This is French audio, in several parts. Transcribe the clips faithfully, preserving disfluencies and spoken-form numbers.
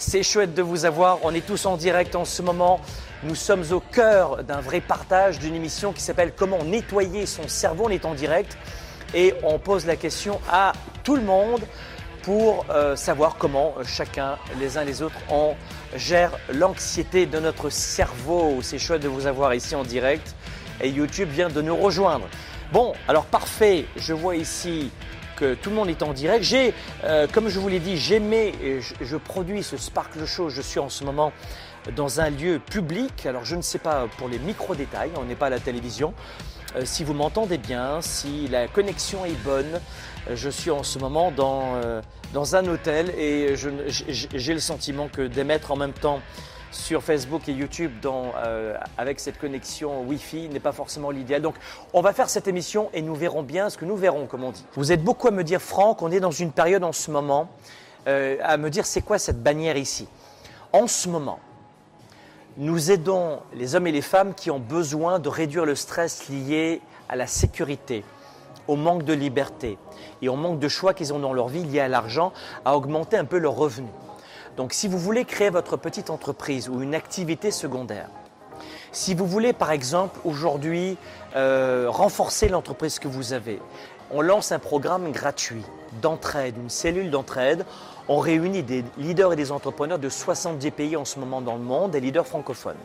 C'est chouette de vous avoir. On est tous en direct en ce moment. Nous sommes au cœur d'un vrai partage d'une émission qui s'appelle « Comment nettoyer son cerveau ». On est en direct et on pose la question à tout le monde pour euh, savoir comment euh, chacun, les uns les autres, on gère l'anxiété de notre cerveau. C'est chouette de vous avoir ici en direct et YouTube vient de nous rejoindre. Bon, alors parfait, je vois ici que tout le monde est en direct. J'ai, euh, comme je vous l'ai dit, j'aimais et je, je produis ce Sparkle Show. Je suis en ce moment dans un lieu public. Alors je ne sais pas pour les micro-détails, on n'est pas à la télévision. Euh, si vous m'entendez bien, si la connexion est bonne, euh, je suis en ce moment dans, euh, dans un hôtel et je, j'ai le sentiment que d'émettre en même temps sur Facebook et YouTube dans, euh, avec cette connexion Wi-Fi n'est pas forcément l'idéal. Donc on va faire cette émission et nous verrons bien ce que nous verrons, comme on dit. Vous êtes beaucoup à me dire, Franck, on est dans une période en ce moment, euh, à me dire c'est quoi cette bannière ici. En ce moment, nous aidons les hommes et les femmes qui ont besoin de réduire le stress lié à la sécurité, au manque de liberté et au manque de choix qu'ils ont dans leur vie lié à l'argent, à augmenter un peu leurs revenus. Donc si vous voulez créer votre petite entreprise ou une activité secondaire, si vous voulez par exemple aujourd'hui euh, renforcer l'entreprise que vous avez, on lance un programme gratuit d'entraide, une cellule d'entraide. On réunit des leaders et des entrepreneurs de soixante-dix pays en ce moment dans le monde, des leaders francophones.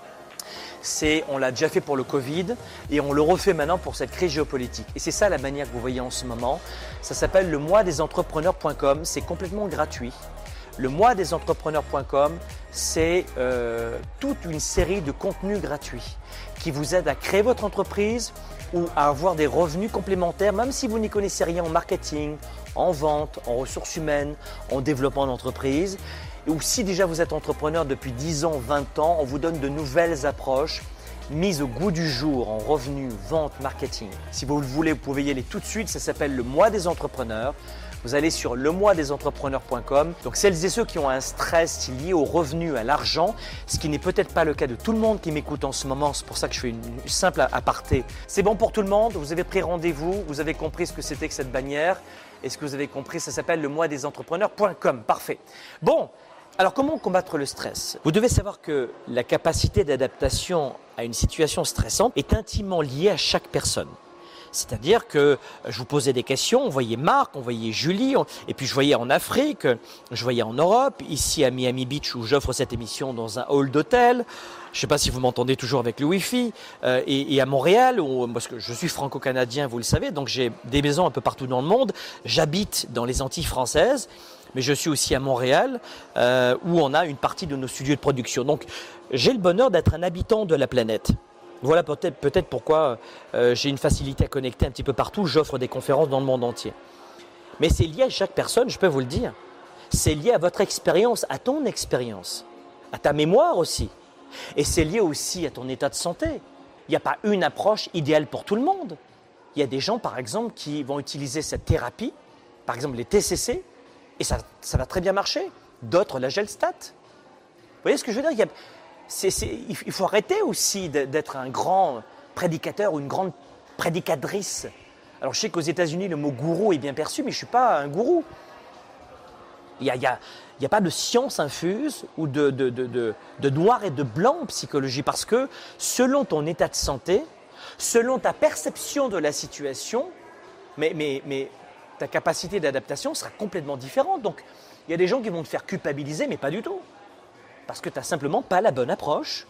C'est, on l'a déjà fait pour le Covid et on le refait maintenant pour cette crise géopolitique. Et c'est ça la manière que vous voyez en ce moment. Ça s'appelle le mois des entrepreneurs point com, c'est complètement gratuit. Le mois des entrepreneurs point com, c'est euh, toute une série de contenus gratuits qui vous aident à créer votre entreprise ou à avoir des revenus complémentaires, même si vous n'y connaissez rien en marketing, en vente, en ressources humaines, en développement d'entreprise. Ou si déjà vous êtes entrepreneur depuis dix ans, vingt ans, on vous donne de nouvelles approches mises au goût du jour en revenus, vente, marketing. Si vous le voulez, vous pouvez y aller tout de suite. Ça s'appelle le mois des entrepreneurs. Vous allez sur le mois des entrepreneurs point com. Donc celles et ceux qui ont un stress lié aux revenus, à l'argent, ce qui n'est peut-être pas le cas de tout le monde qui m'écoute en ce moment, c'est pour ça que je fais une simple aparté. C'est bon pour tout le monde, vous avez pris rendez-vous, vous avez compris ce que c'était que cette bannière. Et ce que vous avez compris, ça s'appelle le mois des entrepreneurs point com. Parfait. Bon, alors comment combattre le stress? Vous devez savoir que la capacité d'adaptation à une situation stressante est intimement liée à chaque personne. C'est-à-dire que je vous posais des questions, on voyait Marc, on voyait Julie, on, et puis je voyais en Afrique, je voyais en Europe, ici à Miami Beach où j'offre cette émission dans un hall d'hôtel. Je ne sais pas si vous m'entendez toujours avec le Wi-Fi, euh, et, et à Montréal, où, parce que je suis franco-canadien, vous le savez, donc j'ai des maisons un peu partout dans le monde. J'habite dans les Antilles françaises, mais je suis aussi à Montréal, euh, où on a une partie de nos studios de production. Donc j'ai le bonheur d'être un habitant de la planète. Voilà peut-être peut-être pourquoi euh, j'ai une facilité à connecter un petit peu partout. J'offre des conférences dans le monde entier. Mais c'est lié à chaque personne, je peux vous le dire. C'est lié à votre expérience, à ton expérience, à ta mémoire aussi. Et c'est lié aussi à ton état de santé. Il n'y a pas une approche idéale pour tout le monde. Il y a des gens, par exemple, qui vont utiliser cette thérapie, par exemple les T C C, et ça, ça va très bien marcher. D'autres, la Gelstat. Vous voyez ce que je veux dire? Il y a, C'est, c'est, il faut arrêter aussi d'être un grand prédicateur ou une grande prédicatrice. Alors je sais qu'aux États-Unis le mot gourou est bien perçu, mais je ne suis pas un gourou. Il n'y a, il y a, il y a pas de science infuse ou de, de, de, de, de noir et de blanc en psychologie, parce que selon ton état de santé, selon ta perception de la situation, mais, mais, mais ta capacité d'adaptation sera complètement différente. Donc il y a des gens qui vont te faire culpabiliser, mais pas du tout. Parce que tu n'as simplement pas la bonne approche.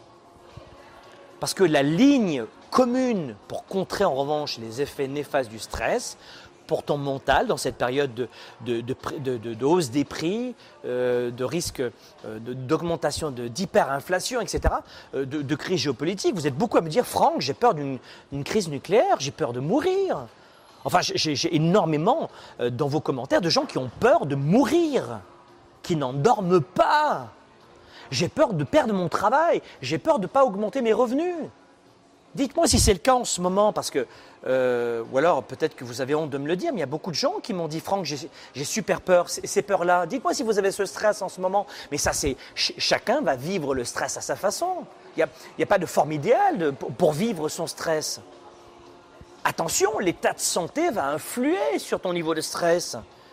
Parce que la ligne commune pour contrer en revanche les effets néfastes du stress, pour ton mental dans cette période de, de, de, de, de, de hausse des prix, euh, de risque euh, de, d'augmentation, de, d'hyperinflation, et cetera, euh, de, de crise géopolitique, vous êtes beaucoup à me dire « Franck, j'ai peur d'une, d'une crise nucléaire, j'ai peur de mourir ». Enfin, j'ai, j'ai énormément euh, dans vos commentaires de gens qui ont peur de mourir, qui n'en dorment pas. J'ai peur de perdre mon travail, j'ai peur de ne pas augmenter mes revenus. Dites-moi si c'est le cas en ce moment, parce que, euh, ou alors peut-être que vous avez honte de me le dire, mais il y a beaucoup de gens qui m'ont dit « Franck, j'ai, j'ai super peur, ces, ces peurs-là. » Dites-moi si vous avez ce stress en ce moment. Mais ça, c'est ch- chacun va vivre le stress à sa façon. Il n'y a, il y a pas de forme idéale de, pour, pour vivre son stress. Attention, l'état de santé va influer sur ton niveau de stress.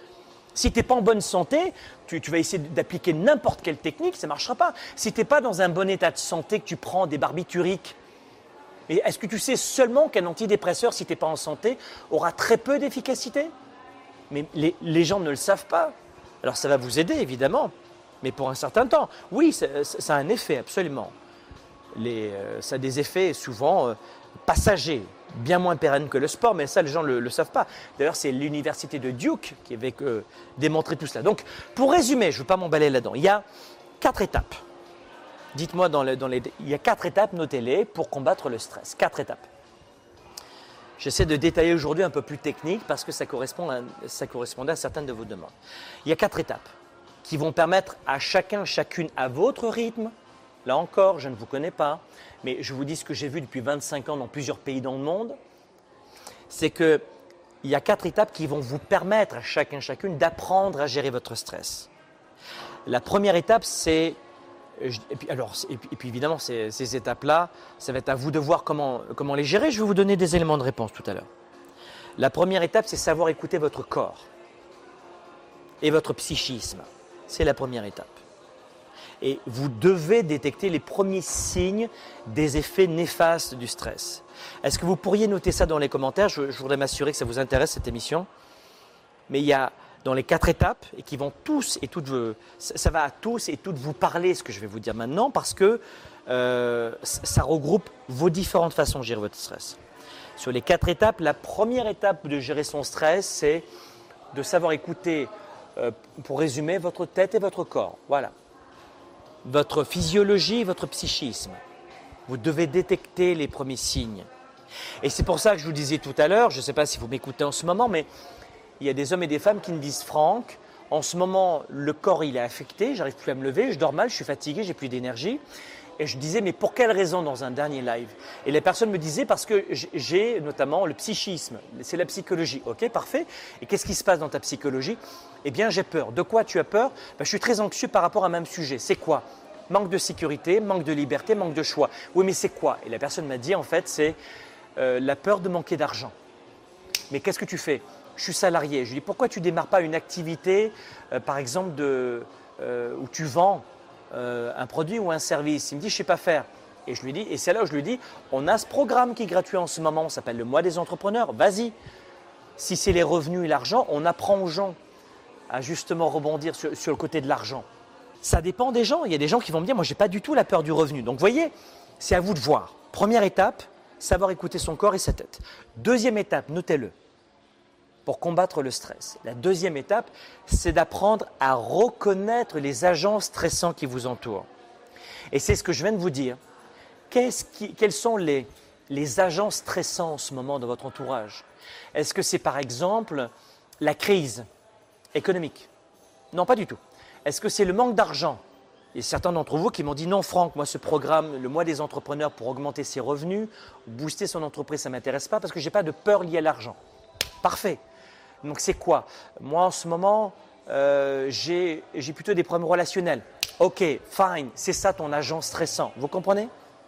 Si tu n'es pas en bonne santé, tu, tu vas essayer d'appliquer n'importe quelle technique, ça ne marchera pas. Si tu n'es pas dans un bon état de santé, que tu prends des barbituriques, et est-ce que tu sais seulement qu'un antidépresseur, si tu n'es pas en santé, aura très peu d'efficacité? Mais les, les gens ne le savent pas. Alors ça va vous aider, évidemment, mais pour un certain temps. Oui, ça, ça a un effet, absolument. Les, euh, ça a des effets souvent euh, passagers, bien moins pérennes que le sport, mais ça, les gens ne le, le savent pas. D'ailleurs, c'est l'université de Duke qui avait euh, démontré tout cela. Donc, pour résumer, je ne veux pas m'emballer là-dedans, il y a quatre étapes. Dites-moi, dans le, dans les, il y a quatre étapes, notez-les, pour combattre le stress. Quatre étapes. J'essaie de détailler aujourd'hui un peu plus technique parce que ça, correspond à, ça correspondait à certaines de vos demandes. Il y a quatre étapes qui vont permettre à chacun, chacune, à votre rythme. Là encore, je ne vous connais pas, mais je vous dis ce que j'ai vu depuis vingt-cinq ans dans plusieurs pays dans le monde. C'est qu'il y a quatre étapes qui vont vous permettre à chacun, chacune d'apprendre à gérer votre stress. La première étape, c'est... Et puis, alors, et puis, et puis évidemment, ces, ces étapes-là, ça va être à vous de voir comment, comment les gérer. Je vais vous donner des éléments de réponse tout à l'heure. La première étape, c'est savoir écouter votre corps et votre psychisme. C'est la première étape. Et vous devez détecter les premiers signes des effets néfastes du stress. Est-ce que vous pourriez noter ça dans les commentaires? je, je voudrais m'assurer que ça vous intéresse, cette émission. Mais il y a dans les quatre étapes et qui vont tous et toutes vous, ça va à tous et toutes vous parler ce que je vais vous dire maintenant parce que euh, ça regroupe vos différentes façons de gérer votre stress. Sur les quatre étapes, la première étape de gérer son stress, c'est de savoir écouter, euh, pour résumer, votre tête et votre corps. Voilà. Votre physiologie et votre psychisme. Vous devez détecter les premiers signes. Et c'est pour ça que je vous disais tout à l'heure, je ne sais pas si vous m'écoutez en ce moment, mais il y a des hommes et des femmes qui me disent « Franck, en ce moment, le corps il est affecté, j'arrive plus à me lever, je dors mal, je suis fatigué, j'ai plus d'énergie. » Et je disais « Mais pour quelle raison ?» dans un dernier live. Et les personnes me disaient « Parce que j'ai notamment le psychisme, c'est la psychologie. » Ok, parfait. Et qu'est-ce qui se passe dans ta psychologie? Eh bien, j'ai peur. De quoi tu as peur? Ben, je suis très anxieux par rapport à un même sujet. C'est quoi? Manque de sécurité, manque de liberté, manque de choix. Oui, mais c'est quoi? Et la personne m'a dit en fait, c'est euh, la peur de manquer d'argent. Mais qu'est-ce que tu fais? Je suis salarié. Je lui dis, pourquoi tu ne démarres pas une activité, euh, par exemple, de, euh, où tu vends euh, un produit ou un service? Il me dit, je ne sais pas faire. Et je lui dis, et c'est là où je lui dis, on a ce programme qui est gratuit en ce moment, ça s'appelle le Mois des entrepreneurs. Vas-y. Si c'est les revenus et l'argent, on apprend aux gens à justement rebondir sur, sur le côté de l'argent. Ça dépend des gens. Il y a des gens qui vont me dire, moi, je n'ai pas du tout la peur du revenu. Donc, vous voyez, c'est à vous de voir. Première étape, savoir écouter son corps et sa tête. Deuxième étape, notez-le. Pour combattre le stress. La deuxième étape, c'est d'apprendre à reconnaître les agents stressants qui vous entourent. Et c'est ce que je viens de vous dire. Qu'est-ce qui, quels sont les, les agents stressants en ce moment dans votre entourage? Est-ce que c'est par exemple la crise économique? Non, pas du tout. Est-ce que c'est le manque d'argent? Il y a certains d'entre vous qui m'ont dit « Non, Franck, moi ce programme, le mois des entrepreneurs pour augmenter ses revenus, booster son entreprise, ça ne m'intéresse pas parce que je n'ai pas de peur liée à l'argent. » Parfait. Donc c'est quoi? Moi en ce moment, euh, j'ai plutôt des problèmes relationnels. Ok, fine, c'est ça ton agent stressant. Vous comprenez?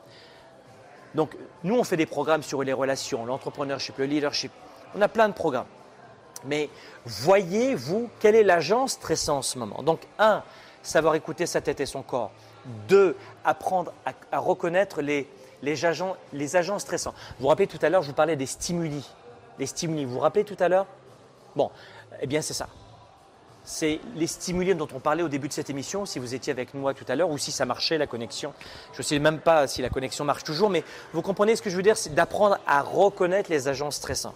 Donc nous on fait des programmes sur les relations, l'entrepreneurship, le leadership. On a plein de programmes. Mais voyez-vous quel est l'agent stressant en ce moment? Donc un, savoir écouter sa tête et son corps. Deux, apprendre à, à reconnaître les, les, agents, les agents stressants. Vous vous rappelez tout à l'heure, je vous parlais des stimuli. Les stimuli, vous vous rappelez tout à l'heure? Bon, eh bien c'est ça. C'est les stimuli dont on parlait au début de cette émission, si vous étiez avec moi tout à l'heure, ou si ça marchait la connexion. Je ne sais même pas si la connexion marche toujours, mais vous comprenez ce que je veux dire, c'est d'apprendre à reconnaître les agents stressants.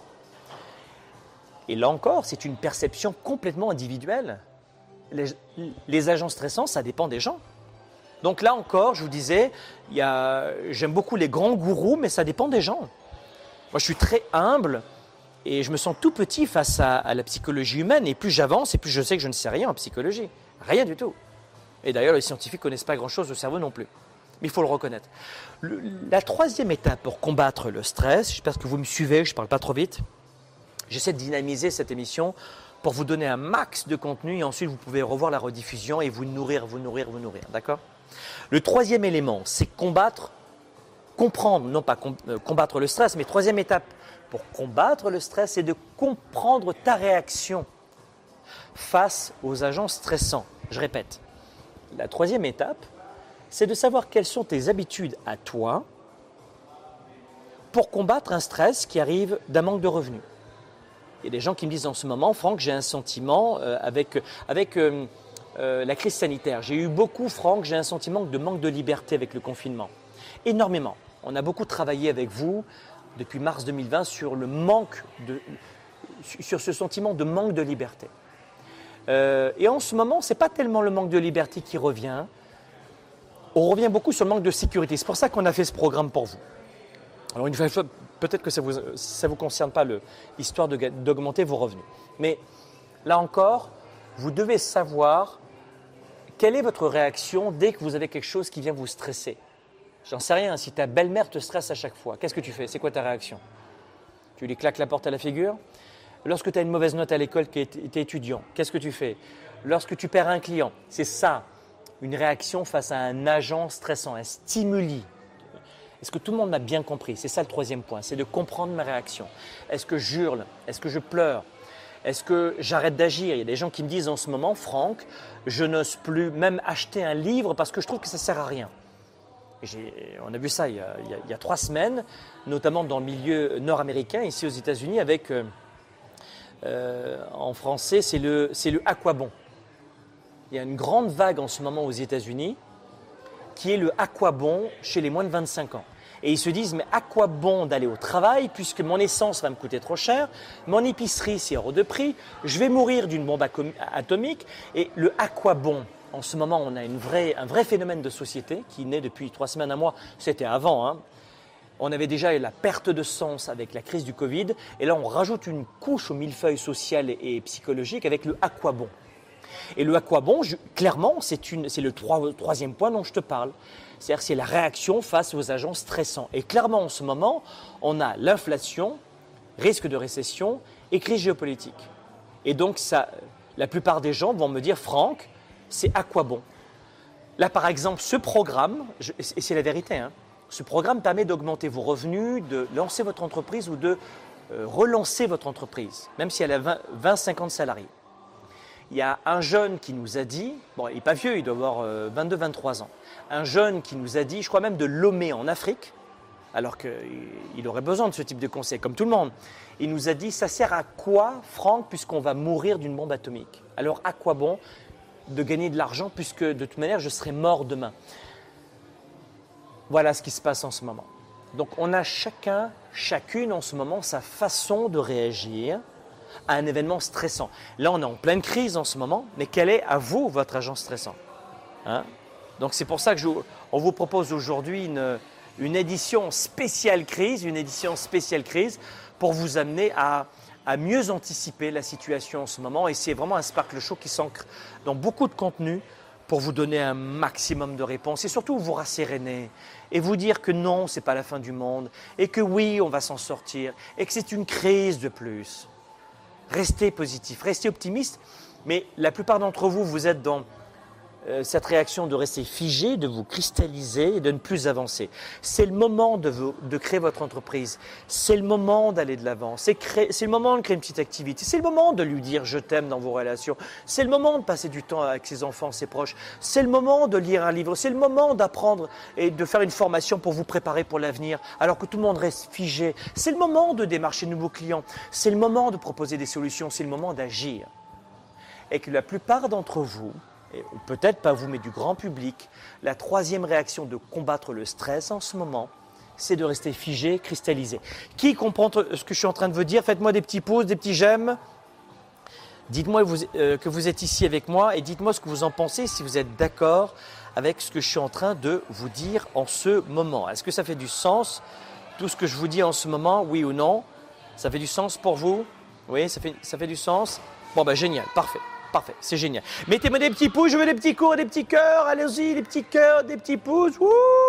Et là encore, c'est une perception complètement individuelle. Les, les agents stressants, ça dépend des gens. Donc là encore, je vous disais, j'aime beaucoup les grands gourous, mais ça dépend des gens. Moi, je suis très humble. Et je me sens tout petit face à, à la psychologie humaine. Et plus j'avance, et plus je sais que je ne sais rien en psychologie. Rien du tout. Et d'ailleurs, les scientifiques ne connaissent pas grand-chose au cerveau non plus. Mais il faut le reconnaître. Le, la troisième étape pour combattre le stress, j'espère que vous me suivez, je ne parle pas trop vite. J'essaie de dynamiser cette émission pour vous donner un max de contenu. Et ensuite, vous pouvez revoir la rediffusion et vous nourrir, vous nourrir, vous nourrir. D'accord? Le troisième élément, c'est combattre, comprendre, non pas com, euh, combattre le stress, mais troisième étape, pour combattre le stress, c'est de comprendre ta réaction face aux agents stressants. Je répète, la troisième étape, c'est de savoir quelles sont tes habitudes à toi pour combattre un stress qui arrive d'un manque de revenus. Il y a des gens qui me disent en ce moment, Franck, j'ai un sentiment euh, avec, avec euh, euh, la crise sanitaire. J'ai eu beaucoup, Franck, j'ai un sentiment de manque de liberté avec le confinement. Énormément. On a beaucoup travaillé avec vous depuis mars deux mille vingt sur le manque de, sur ce sentiment de manque de liberté. Euh, et en ce moment, ce n'est pas tellement le manque de liberté qui revient. On revient beaucoup sur le manque de sécurité. C'est pour ça qu'on a fait ce programme pour vous. Alors une fois, peut-être que ça ne vous, ça vous concerne pas l'histoire d'augmenter vos revenus. Mais là encore, vous devez savoir quelle est votre réaction dès que vous avez quelque chose qui vient vous stresser. J'en sais rien, si ta belle-mère te stresse à chaque fois, qu'est-ce que tu fais? C'est quoi ta réaction? Tu lui claques la porte à la figure? Lorsque tu as une mauvaise note à l'école, que tu es étudiant, qu'est-ce que tu fais? Lorsque tu perds un client, c'est ça, une réaction face à un agent stressant, un stimuli. Est-ce que tout le monde m'a bien compris? C'est ça le troisième point, c'est de comprendre ma réaction. Est-ce que je hurle? Est-ce que je pleure? Est-ce que j'arrête d'agir? Il y a des gens qui me disent en ce moment, Franck, je n'ose plus même acheter un livre parce que je trouve que ça ne sert à rien. On a vu ça il y a, il, y a, il y a trois semaines, notamment dans le milieu nord-américain, ici aux États-Unis, avec, euh, euh, en français, c'est le, c'est le « à quoi bon ». Il y a une grande vague en ce moment aux États-Unis qui est le « à quoi bon » chez les moins de vingt-cinq ans. Et ils se disent, mais à quoi bon d'aller au travail puisque mon essence va me coûter trop cher, mon épicerie c'est hors de prix, je vais mourir d'une bombe atomique. Et le « à quoi bon » en ce moment, on a une vraie, un vrai phénomène de société qui naît depuis trois semaines, un mois. C'était avant. Hein. On avait déjà eu la perte de sens avec la crise du Covid. Et là, on rajoute une couche au millefeuille social et, et psychologique avec le « à quoi bon ». Et le « à quoi bon », je, clairement, c'est le trois, troisième point dont je te parle. C'est-à-dire c'est la réaction face aux agents stressants. Et clairement, en ce moment, on a l'inflation, risque de récession et crise géopolitique. Et donc, ça, la plupart des gens vont me dire « Franck, c'est à quoi bon ?» Là, par exemple, ce programme, je, et c'est la vérité, hein, ce programme permet d'augmenter vos revenus, de lancer votre entreprise ou de euh, relancer votre entreprise, même si elle a vingt à cinquante salariés. Il y a un jeune qui nous a dit, bon, il n'est pas vieux, il doit avoir euh, vingt-deux à vingt-trois ans, un jeune qui nous a dit, je crois même de Lomé en Afrique, alors qu'il aurait besoin de ce type de conseil, comme tout le monde. Il nous a dit, ça sert à quoi, Franck, puisqu'on va mourir d'une bombe atomique? Alors, à quoi bon de gagner de l'argent puisque de toute manière je serai mort demain. Voilà ce qui se passe en ce moment. Donc on a chacun, chacune en ce moment sa façon de réagir à un événement stressant. Là on est en pleine crise en ce moment, mais quel est à vous votre agent stressant, hein? Donc c'est pour ça que je, on vous propose aujourd'hui une, une édition spéciale crise, une édition spéciale crise pour vous amener à à mieux anticiper la situation en ce moment. Et c'est vraiment un Sparkle Show qui s'ancre dans beaucoup de contenu pour vous donner un maximum de réponses et surtout vous rasséréner et vous dire que non, ce n'est pas la fin du monde et que oui, on va s'en sortir et que c'est une crise de plus. Restez positif, restez optimiste, mais la plupart d'entre vous, vous êtes dans euh, cette réaction de rester figé, de vous cristalliser et de ne plus avancer. C'est le moment de, vous, de créer votre entreprise, c'est le moment d'aller de l'avant, c'est le moment de créer une petite activité, c'est le moment de lui dire je t'aime dans vos relations, c'est le moment de passer du temps avec ses enfants, ses proches, c'est le moment de lire un livre, c'est le moment d'apprendre et de faire une formation pour vous préparer pour l'avenir alors que tout le monde reste figé, c'est le moment de démarcher de nouveaux clients, c'est le moment de proposer des solutions, c'est le moment d'agir. Et que la plupart d'entre vous, et peut-être pas vous, mais du grand public, la troisième réaction de combattre le stress en ce moment, c'est de rester figé, cristallisé. Qui comprend ce que je suis en train de vous dire? Faites-moi des petits pouces, des petits j'aime. Dites-moi euh, que vous êtes ici avec moi et dites-moi ce que vous en pensez, si vous êtes d'accord avec ce que je suis en train de vous dire en ce moment. Est-ce que ça fait du sens, tout ce que je vous dis en ce moment, oui ou non? Ça fait du sens pour vous? Oui, ça fait, ça fait du sens? Bon, ben génial, parfait. Parfait, c'est génial. Mettez-moi des petits pouces, je veux des petits cours, des petits cœurs. Allez-y, des petits cœurs, des petits pouces.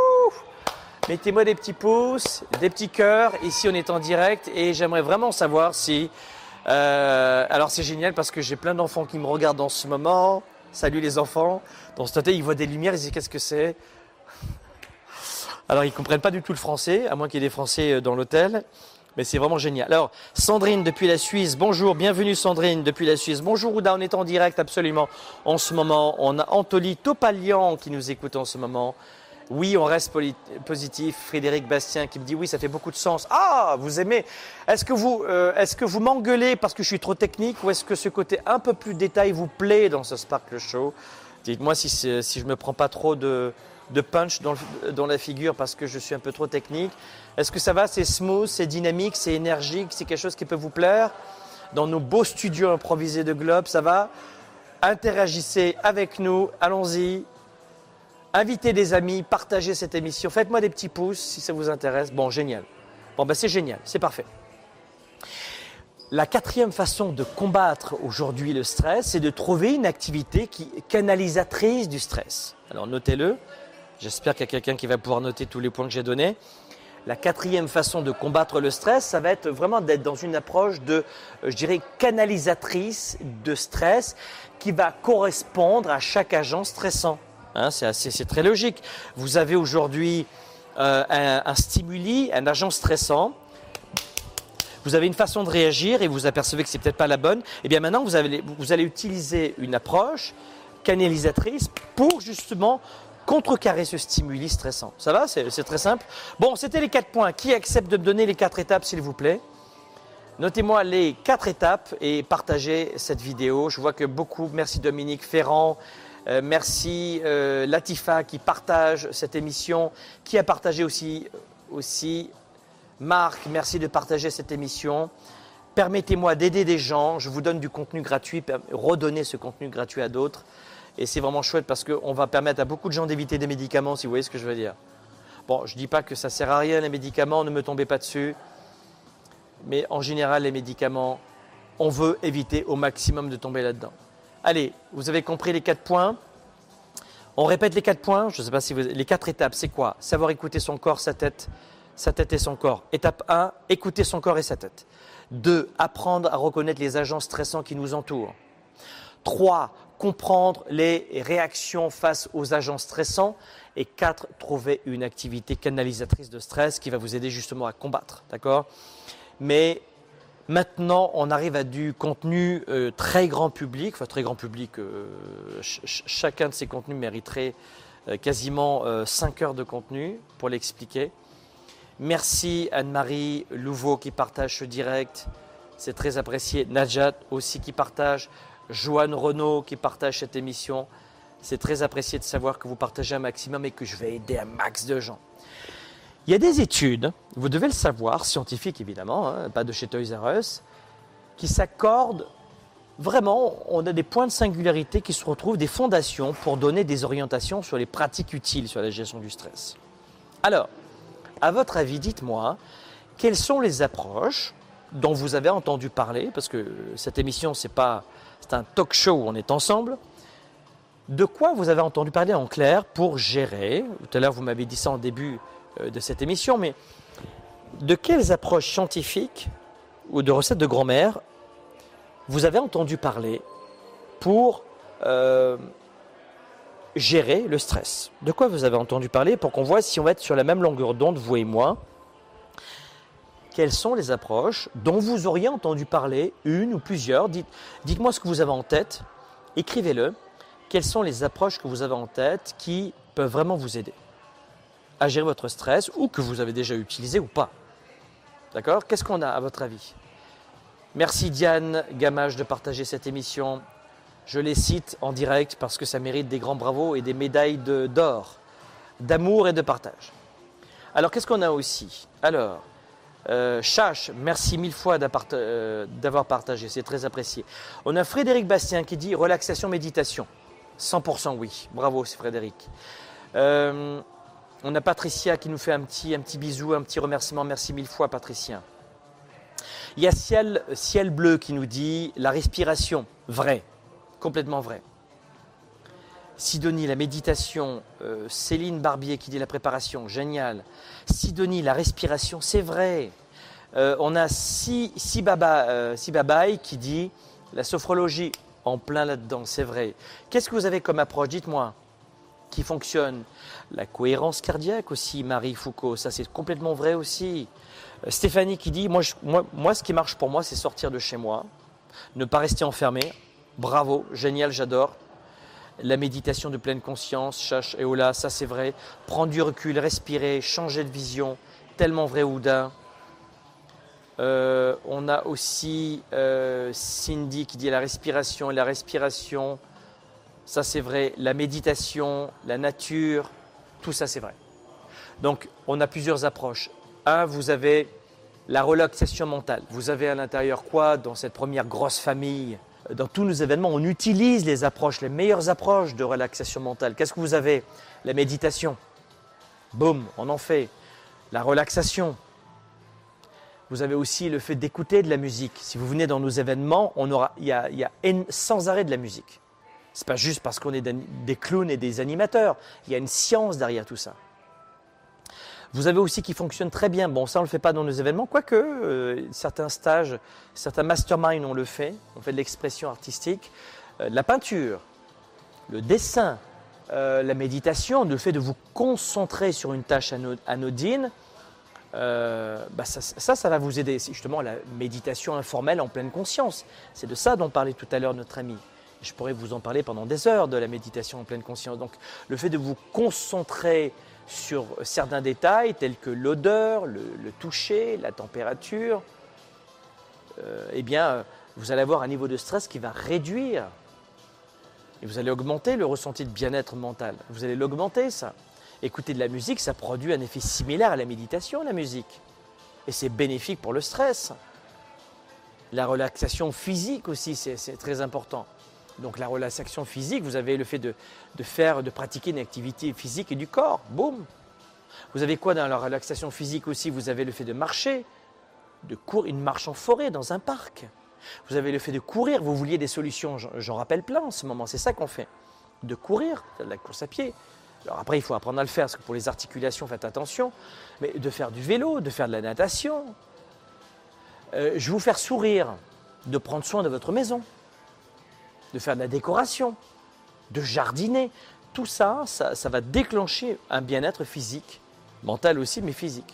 Mettez-moi des petits pouces, des petits cœurs. Ici, on est en direct et j'aimerais vraiment savoir si... Euh, alors, c'est génial parce que j'ai plein d'enfants qui me regardent en ce moment. Salut les enfants. Dans ce côté, ils voient des lumières, ils disent qu'est-ce que c'est? Alors, ils ne comprennent pas du tout le français, à moins qu'il y ait des Français dans l'hôtel. Mais c'est vraiment génial. Alors, Sandrine depuis la Suisse, bonjour, bienvenue Sandrine depuis la Suisse. Bonjour Ouda, on est en direct absolument en ce moment. On a Anthony Topalian qui nous écoute en ce moment. Oui, on reste positif. Frédéric Bastien qui me dit oui, ça fait beaucoup de sens. Ah, vous aimez. Est-ce que vous, euh, est-ce que vous m'engueulez parce que je suis trop technique ou est-ce que ce côté un peu plus détail vous plaît dans ce Sparkle Show? Dites-moi si, si je ne me prends pas trop de, de punch dans, le, dans la figure parce que je suis un peu trop technique. Est-ce que ça va? C'est smooth, c'est dynamique, c'est énergique, c'est quelque chose qui peut vous plaire? Dans nos beaux studios improvisés de Globe, ça va? Interagissez avec nous, allons-y. Invitez des amis, partagez cette émission. Faites-moi des petits pouces si ça vous intéresse. Bon, génial. Bon, ben c'est génial, c'est parfait. La quatrième façon de combattre aujourd'hui le stress, c'est de trouver une activité qui est canalisatrice du stress. Alors, notez-le. J'espère qu'il y a quelqu'un qui va pouvoir noter tous les points que j'ai donnés. La quatrième façon de combattre le stress, ça va être vraiment d'être dans une approche de, je dirais, canalisatrice de stress qui va correspondre à chaque agent stressant. Hein, c'est, assez, c'est très logique. Vous avez aujourd'hui euh, un, un stimuli, un agent stressant. Vous avez une façon de réagir et vous apercevez que c'est peut-être pas la bonne. Et bien maintenant, vous, avez, vous allez utiliser une approche canalisatrice pour justement contrecarrer ce stimuli stressant. Ça va? C'est, c'est très simple. Bon, c'était les quatre points. Qui accepte de me donner les quatre étapes, s'il vous plaît? Notez-moi les quatre étapes et partagez cette vidéo. Je vois que beaucoup, merci Dominique Ferrand, euh, merci euh, Latifa qui partage cette émission, qui a partagé aussi, aussi Marc, merci de partager cette émission. Permettez-moi d'aider des gens, je vous donne du contenu gratuit, redonner ce contenu gratuit à d'autres. Et c'est vraiment chouette parce qu'on va permettre à beaucoup de gens d'éviter des médicaments, si vous voyez ce que je veux dire. Bon, je ne dis pas que ça ne sert à rien les médicaments, ne me tombez pas dessus. Mais en général, les médicaments, on veut éviter au maximum de tomber là-dedans. Allez, vous avez compris les quatre points. On répète les quatre points. Je ne sais pas si vous... Les quatre étapes, c'est quoi? Savoir écouter son corps, sa tête, sa tête et son corps. Étape un, écouter son corps et sa tête. deux, apprendre à reconnaître les agents stressants qui nous entourent. trois, comprendre les réactions face aux agents stressants. Et quatre, trouver une activité canalisatrice de stress qui va vous aider justement à combattre. D'accord? Mais maintenant, on arrive à du contenu euh, très grand public. Enfin, très grand public, euh, ch ch chacun de ces contenus mériterait euh, quasiment euh, cinq heures de contenu pour l'expliquer. Merci Anne-Marie Louveau qui partage ce direct. C'est très apprécié. Najat aussi qui partage. Joanne Renaud qui partage cette émission. C'est très apprécié de savoir que vous partagez un maximum et que je vais aider un max de gens. Il y a des études, vous devez le savoir, scientifiques évidemment, hein, pas de chez Toys R Us, qui s'accordent vraiment, on a des points de singularité qui se retrouvent, des fondations pour donner des orientations sur les pratiques utiles sur la gestion du stress. Alors, à votre avis, dites-moi, quelles sont les approches dont vous avez entendu parler, parce que cette émission, c'est pas, c'est un talk show où on est ensemble. De quoi vous avez entendu parler en clair pour gérer, tout à l'heure vous m'avez dit ça en début de cette émission, mais de quelles approches scientifiques ou de recettes de grand-mère vous avez entendu parler pour euh, gérer le stress? De quoi vous avez entendu parler pour qu'on voit si on va être sur la même longueur d'onde, vous et moi? Quelles sont les approches dont vous auriez entendu parler, une ou plusieurs? Dites, dites-moi ce que vous avez en tête, écrivez-le. Quelles sont les approches que vous avez en tête qui peuvent vraiment vous aider à gérer votre stress ou que vous avez déjà utilisé ou pas? D'accord? Qu'est-ce qu'on a à votre avis? Merci Diane Gamage de partager cette émission. Je les cite en direct parce que ça mérite des grands bravos et des médailles de, d'or, d'amour et de partage. Alors, qu'est-ce qu'on a aussi? Alors, euh, Chache, merci mille fois euh, d'avoir partagé, c'est très apprécié. On a Frédéric Bastien qui dit relaxation, méditation. cent pour cent oui, bravo c'est Frédéric. Euh, on a Patricia qui nous fait un petit, un petit bisou, un petit remerciement, merci mille fois Patricia. Il y a Ciel, Ciel Bleu qui nous dit la respiration, vrai, complètement vrai. Sidonie, la méditation, euh, Céline Barbier qui dit la préparation, génial. Sidonie, la respiration, c'est vrai. Euh, on a si, si, Baba, euh, si Babaï qui dit la sophrologie, en plein là-dedans, c'est vrai. Qu'est-ce que vous avez comme approche? Dites-moi. qui fonctionne. La cohérence cardiaque aussi, Marie Foucault, ça c'est complètement vrai aussi. Euh, Stéphanie qui dit, moi, je, moi, moi ce qui marche pour moi c'est sortir de chez moi, ne pas rester enfermé. Bravo, génial, j'adore. La méditation de pleine conscience, Chache et Ola, ça c'est vrai. Prendre du recul, respirer, changer de vision, tellement vrai Oudin. Euh, on a aussi euh, Cindy qui dit la respiration et la respiration, ça c'est vrai. La méditation, la nature, tout ça c'est vrai. Donc on a plusieurs approches. Un, vous avez la relaxation mentale. Vous avez à l'intérieur quoi dans cette première grosse famille? Dans tous nos événements, on utilise les approches, les meilleures approches de relaxation mentale. Qu'est-ce que vous avez? La méditation. Boum, on en fait. La relaxation. Vous avez aussi le fait d'écouter de la musique. Si vous venez dans nos événements, on aura, il y a, il y a sans arrêt de la musique. Ce n'est pas juste parce qu'on est des clowns et des animateurs. Il y a une science derrière tout ça. Vous avez aussi qui fonctionne très bien. Bon, ça, on ne le fait pas dans nos événements, quoique euh, certains stages, certains masterminds, on le fait. On fait de l'expression artistique, euh, de la peinture, le dessin, euh, la méditation, le fait de vous concentrer sur une tâche anodine. Euh, bah ça, ça, ça va vous aider. C'est justement la méditation informelle en pleine conscience. C'est de ça dont parlait tout à l'heure notre ami. Je pourrais vous en parler pendant des heures de la méditation en pleine conscience. Donc, le fait de vous concentrer sur certains détails tels que l'odeur, le, le toucher, la température, euh, eh bien, vous allez avoir un niveau de stress qui va réduire et vous allez augmenter le ressenti de bien-être mental. Vous allez l'augmenter, ça. Écouter de la musique, ça produit un effet similaire à la méditation, la musique. Et c'est bénéfique pour le stress. La relaxation physique aussi, c'est très important. Donc la relaxation physique, vous avez le fait de, de faire, de pratiquer une activité physique et du corps. Boum. Vous avez quoi dans la relaxation physique aussi? Vous avez le fait de marcher, de courir, une marche en forêt, dans un parc. Vous avez le fait de courir. Vous vouliez des solutions, j'en rappelle plein en ce moment. C'est ça qu'on fait. De courir, de la course à pied. Alors après, il faut apprendre à le faire, parce que pour les articulations, faites attention. Mais de faire du vélo, de faire de la natation. Euh, je vais vous faire sourire, de prendre soin de votre maison, de faire de la décoration, de jardiner. Tout ça, ça, ça va déclencher un bien-être physique, mental aussi, mais physique.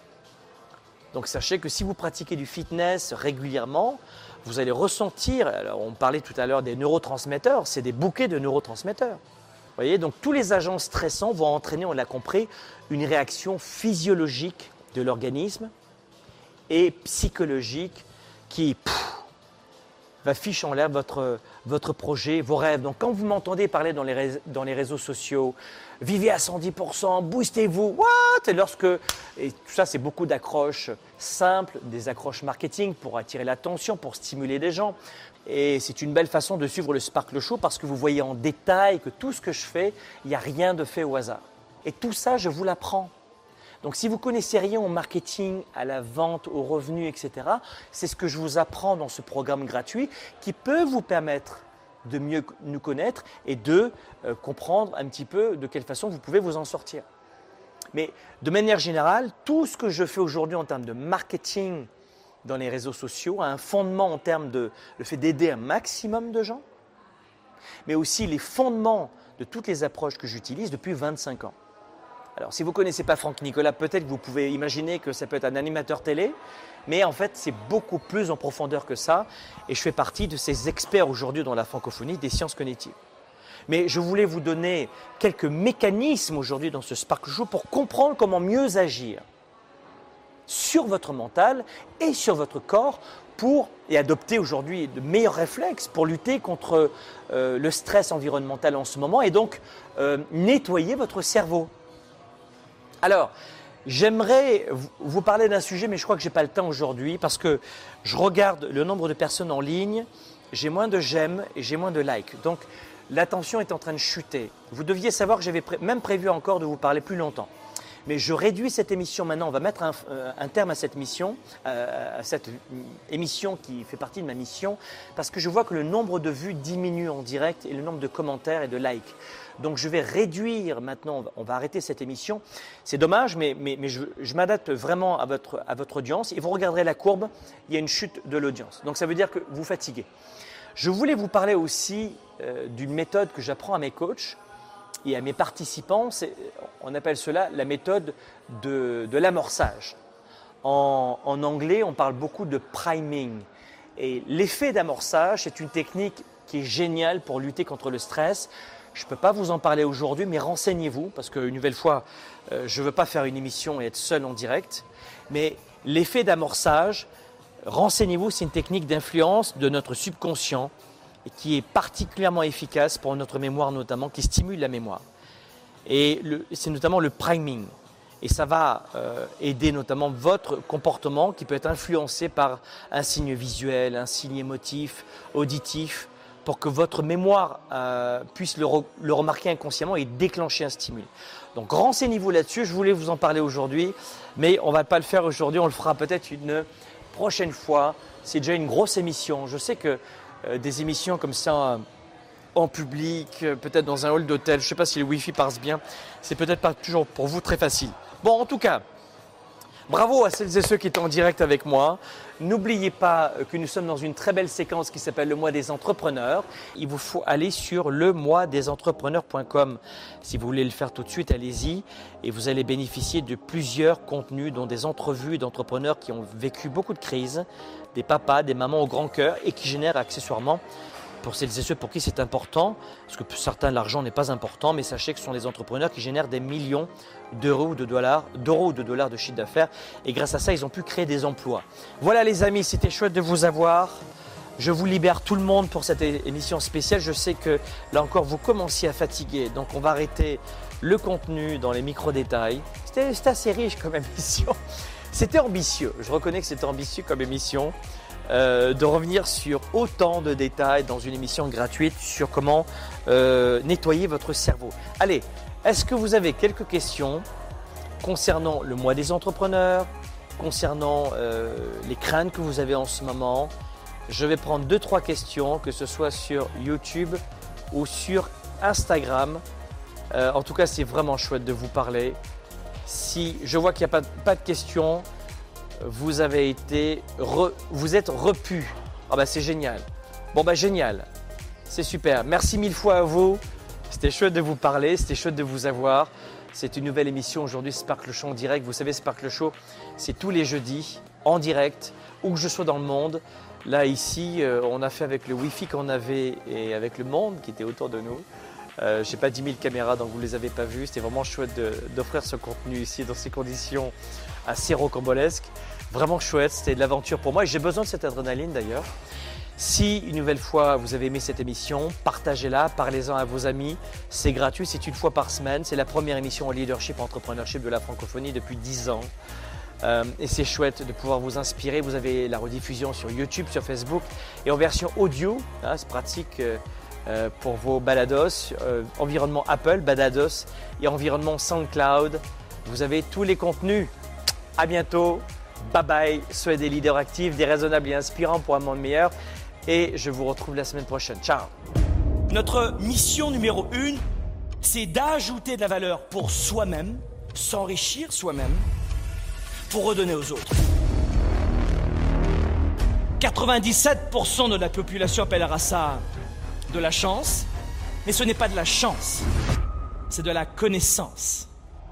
Donc sachez que si vous pratiquez du fitness régulièrement, vous allez ressentir, alors on parlait tout à l'heure des neurotransmetteurs, c'est des bouquets de neurotransmetteurs. Vous voyez, donc tous les agents stressants vont entraîner, on l'a compris, une réaction physiologique de l'organisme et psychologique qui pff, va ficher en l'air votre, votre projet, vos rêves. Donc quand vous m'entendez parler dans les, réseaux, dans les réseaux sociaux, vivez à cent dix pour cent, boostez-vous, what? Et lorsque, et tout ça c'est beaucoup d'accroches simples, des accroches marketing pour attirer l'attention, pour stimuler les gens. Et c'est une belle façon de suivre le Sparkle Show parce que vous voyez en détail que tout ce que je fais, il n'y a rien de fait au hasard. Et tout ça, je vous l'apprends. Donc si vous ne connaissez rien au marketing, à la vente, aux revenus, et cetera, c'est ce que je vous apprends dans ce programme gratuit qui peut vous permettre de mieux nous connaître et de euh, comprendre un petit peu de quelle façon vous pouvez vous en sortir. Mais de manière générale, tout ce que je fais aujourd'hui en termes de marketing dans les réseaux sociaux a un fondement en termes de le fait d'aider un maximum de gens, mais aussi les fondements de toutes les approches que j'utilise depuis vingt-cinq ans. Alors, si vous ne connaissez pas Franck Nicolas, peut-être que vous pouvez imaginer que ça peut être un animateur télé, mais en fait, c'est beaucoup plus en profondeur que ça. Et je fais partie de ces experts aujourd'hui dans la francophonie des sciences cognitives. Mais je voulais vous donner quelques mécanismes aujourd'hui dans ce Sparkle Show pour comprendre comment mieux agir sur votre mental et sur votre corps pour, et adopter aujourd'hui de meilleurs réflexes pour lutter contre euh, le stress environnemental en ce moment et donc euh, nettoyer votre cerveau. Alors, j'aimerais vous parler d'un sujet, mais je crois que je n'ai pas le temps aujourd'hui parce que je regarde le nombre de personnes en ligne, j'ai moins de j'aime et j'ai moins de likes. Donc, l'attention est en train de chuter. Vous deviez savoir que j'avais pré- même prévu encore de vous parler plus longtemps. Mais je réduis cette émission maintenant, on va mettre un, euh, un terme à cette mission, euh, à cette émission qui fait partie de ma mission, parce que je vois que le nombre de vues diminue en direct et le nombre de commentaires et de likes. Donc je vais réduire maintenant, on va, on va arrêter cette émission. C'est dommage, mais, mais, mais je, je m'adapte vraiment à votre, à votre audience. Et vous regarderez la courbe, il y a une chute de l'audience. Donc ça veut dire que vous fatiguez. Je voulais vous parler aussi euh, d'une méthode que j'apprends à mes coachs et à mes participants, on appelle cela la méthode de, de l'amorçage. En, en anglais, on parle beaucoup de priming. Et l'effet d'amorçage, c'est une technique qui est géniale pour lutter contre le stress. Je ne peux pas vous en parler aujourd'hui, mais renseignez-vous, parce qu'une nouvelle fois, euh, je ne veux pas faire une émission et être seul en direct. Mais l'effet d'amorçage, renseignez-vous, c'est une technique d'influence de notre subconscient et qui est particulièrement efficace pour notre mémoire notamment, qui stimule la mémoire. Et c'est notamment le priming. Et ça va euh, aider notamment votre comportement qui peut être influencé par un signe visuel, un signe émotif, auditif, pour que votre mémoire euh, puisse le, re, le remarquer inconsciemment et déclencher un stimuli. Donc renseignez-vous là-dessus, je voulais vous en parler aujourd'hui, mais on ne va pas le faire aujourd'hui, on le fera peut-être une prochaine fois. C'est déjà une grosse émission. Je sais que euh, des émissions comme ça euh, en public, euh, peut-être dans un hall d'hôtel, je ne sais pas si le Wi-Fi passe bien, c'est peut-être pas toujours pour vous très facile. Bon, en tout cas, bravo à celles et ceux qui étaient en direct avec moi. N'oubliez pas que nous sommes dans une très belle séquence qui s'appelle le mois des entrepreneurs. Il vous faut aller sur le mois des entrepreneurs point com. Si vous voulez le faire tout de suite, allez-y et vous allez bénéficier de plusieurs contenus, dont des entrevues d'entrepreneurs qui ont vécu beaucoup de crises, des papas, des mamans au grand cœur et qui génèrent accessoirement, pour celles et ceux pour qui c'est important, parce que pour certains l'argent n'est pas important, mais sachez que ce sont des entrepreneurs qui génèrent des millions d'euros ou de dollars, d'euros ou de dollars de chiffre d'affaires, et grâce à ça, ils ont pu créer des emplois. Voilà les amis, c'était chouette de vous avoir. Je vous libère tout le monde pour cette émission spéciale. Je sais que là encore, vous commenciez à fatiguer, donc on va arrêter le contenu dans les micro-détails. C'était, c'était assez riche comme émission. C'était ambitieux, je reconnais que c'était ambitieux comme émission. Euh, de revenir sur autant de détails dans une émission gratuite sur comment euh, nettoyer votre cerveau. Allez, est-ce que vous avez quelques questions concernant le mois des entrepreneurs, concernant euh, les craintes que vous avez en ce moment? Je vais prendre deux, trois questions, que ce soit sur YouTube ou sur Instagram. Euh, en tout cas, c'est vraiment chouette de vous parler. Si je vois qu'il n'y a pas, pas de questions, vous avez été, re, vous êtes repu. Ah bah c'est génial. Bon bah génial, c'est super. Merci mille fois à vous. C'était chouette de vous parler, c'était chouette de vous avoir. C'est une nouvelle émission aujourd'hui, Sparkle Show en direct. Vous savez, Sparkle Show, c'est tous les jeudis en direct, où que je sois dans le monde. Là ici, euh, on a fait avec le Wi-Fi qu'on avait et avec le monde qui était autour de nous. Euh, je n'ai pas dix mille caméras, donc vous ne les avez pas vues. C'était vraiment chouette de, d'offrir ce contenu ici dans ces conditions assez rocambolesques. Vraiment chouette, c'était de l'aventure pour moi et j'ai besoin de cette adrénaline d'ailleurs. Si une nouvelle fois vous avez aimé cette émission, partagez-la, parlez-en à vos amis. C'est gratuit, c'est une fois par semaine. C'est la première émission en leadership, entrepreneurship de la francophonie depuis dix ans. Euh, et c'est chouette de pouvoir vous inspirer. Vous avez la rediffusion sur YouTube, sur Facebook et en version audio. Hein, c'est pratique euh, euh, pour vos balados, euh, environnement Apple, balados et environnement SoundCloud. Vous avez tous les contenus. À bientôt. Bye bye. Soyez des leaders actifs, des raisonnables et inspirants pour un monde meilleur. Et je vous retrouve la semaine prochaine. Ciao. Notre mission numéro une, c'est d'ajouter de la valeur pour soi-même, s'enrichir soi-même, pour redonner aux autres. quatre-vingt-dix-sept pour cent de la population appellera ça de la chance, mais ce n'est pas de la chance, c'est de la connaissance.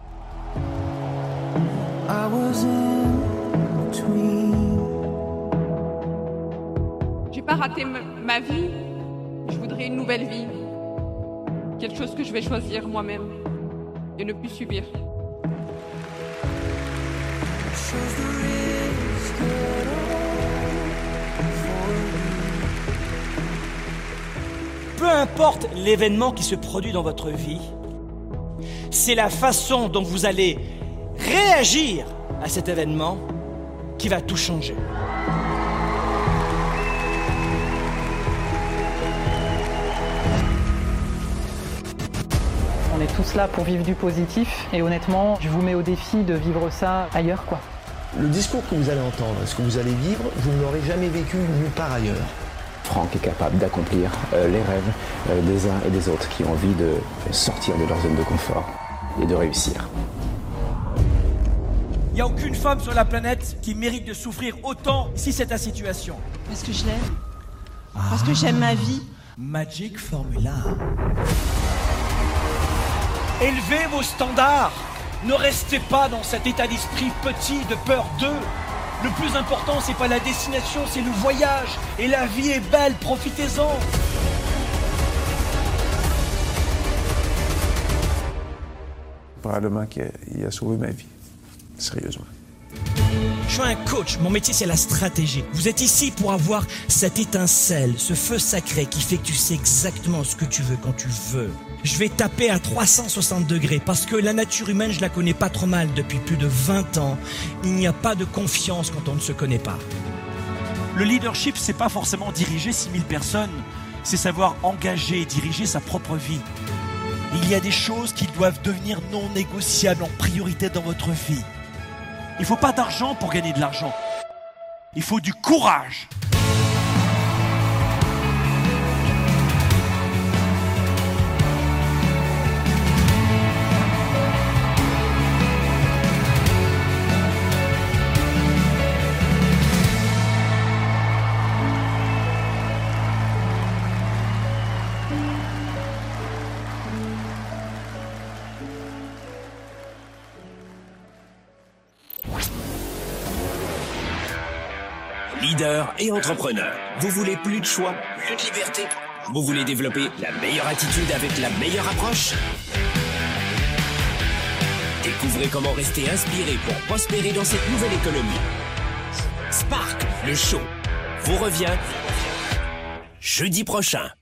I was in between. J'ai pas raté ma vie, je voudrais une nouvelle vie. Quelque chose que je vais choisir moi-même et ne plus subir. Peu importe l'événement qui se produit dans votre vie, c'est la façon dont vous allez réagir à cet événement qui va tout changer. On est tous là pour vivre du positif et honnêtement, je vous mets au défi de vivre ça ailleurs, quoi. Le discours que vous allez entendre, ce que vous allez vivre, vous ne l'aurez jamais vécu nulle part ailleurs. Franck est capable d'accomplir euh, les rêves euh, des uns et des autres qui ont envie de sortir de leur zone de confort et de réussir. Il n'y a aucune femme sur la planète qui mérite de souffrir autant si c'est ta situation. Parce que je l'aime. Ah. Parce que j'aime ma vie. Magic Formula. Élevez vos standards. Ne restez pas dans cet état d'esprit petit de peur d'eux. Le plus important, c'est pas la destination, c'est le voyage. Et la vie est belle, profitez-en. Probablement qu'il a, il a sauvé ma vie. Sérieusement. Je suis un coach, mon métier c'est la stratégie. Vous êtes ici pour avoir cette étincelle, ce feu sacré qui fait que tu sais exactement ce que tu veux quand tu veux. Je vais taper à trois cent soixante degrés parce que la nature humaine, je la connais pas trop mal depuis plus de vingt ans. Il n'y a pas de confiance quand on ne se connaît pas. Le leadership, c'est pas forcément diriger six mille personnes, c'est savoir engager et diriger sa propre vie. Il y a des choses qui doivent devenir non négociables en priorité dans votre vie. Il ne faut pas d'argent pour gagner de l'argent. Il faut du courage. Leader et entrepreneur, vous voulez plus de choix, plus de liberté? Vous voulez développer la meilleure attitude avec la meilleure approche? Découvrez comment rester inspiré pour prospérer dans cette nouvelle économie. Spark, le show, vous revient jeudi prochain.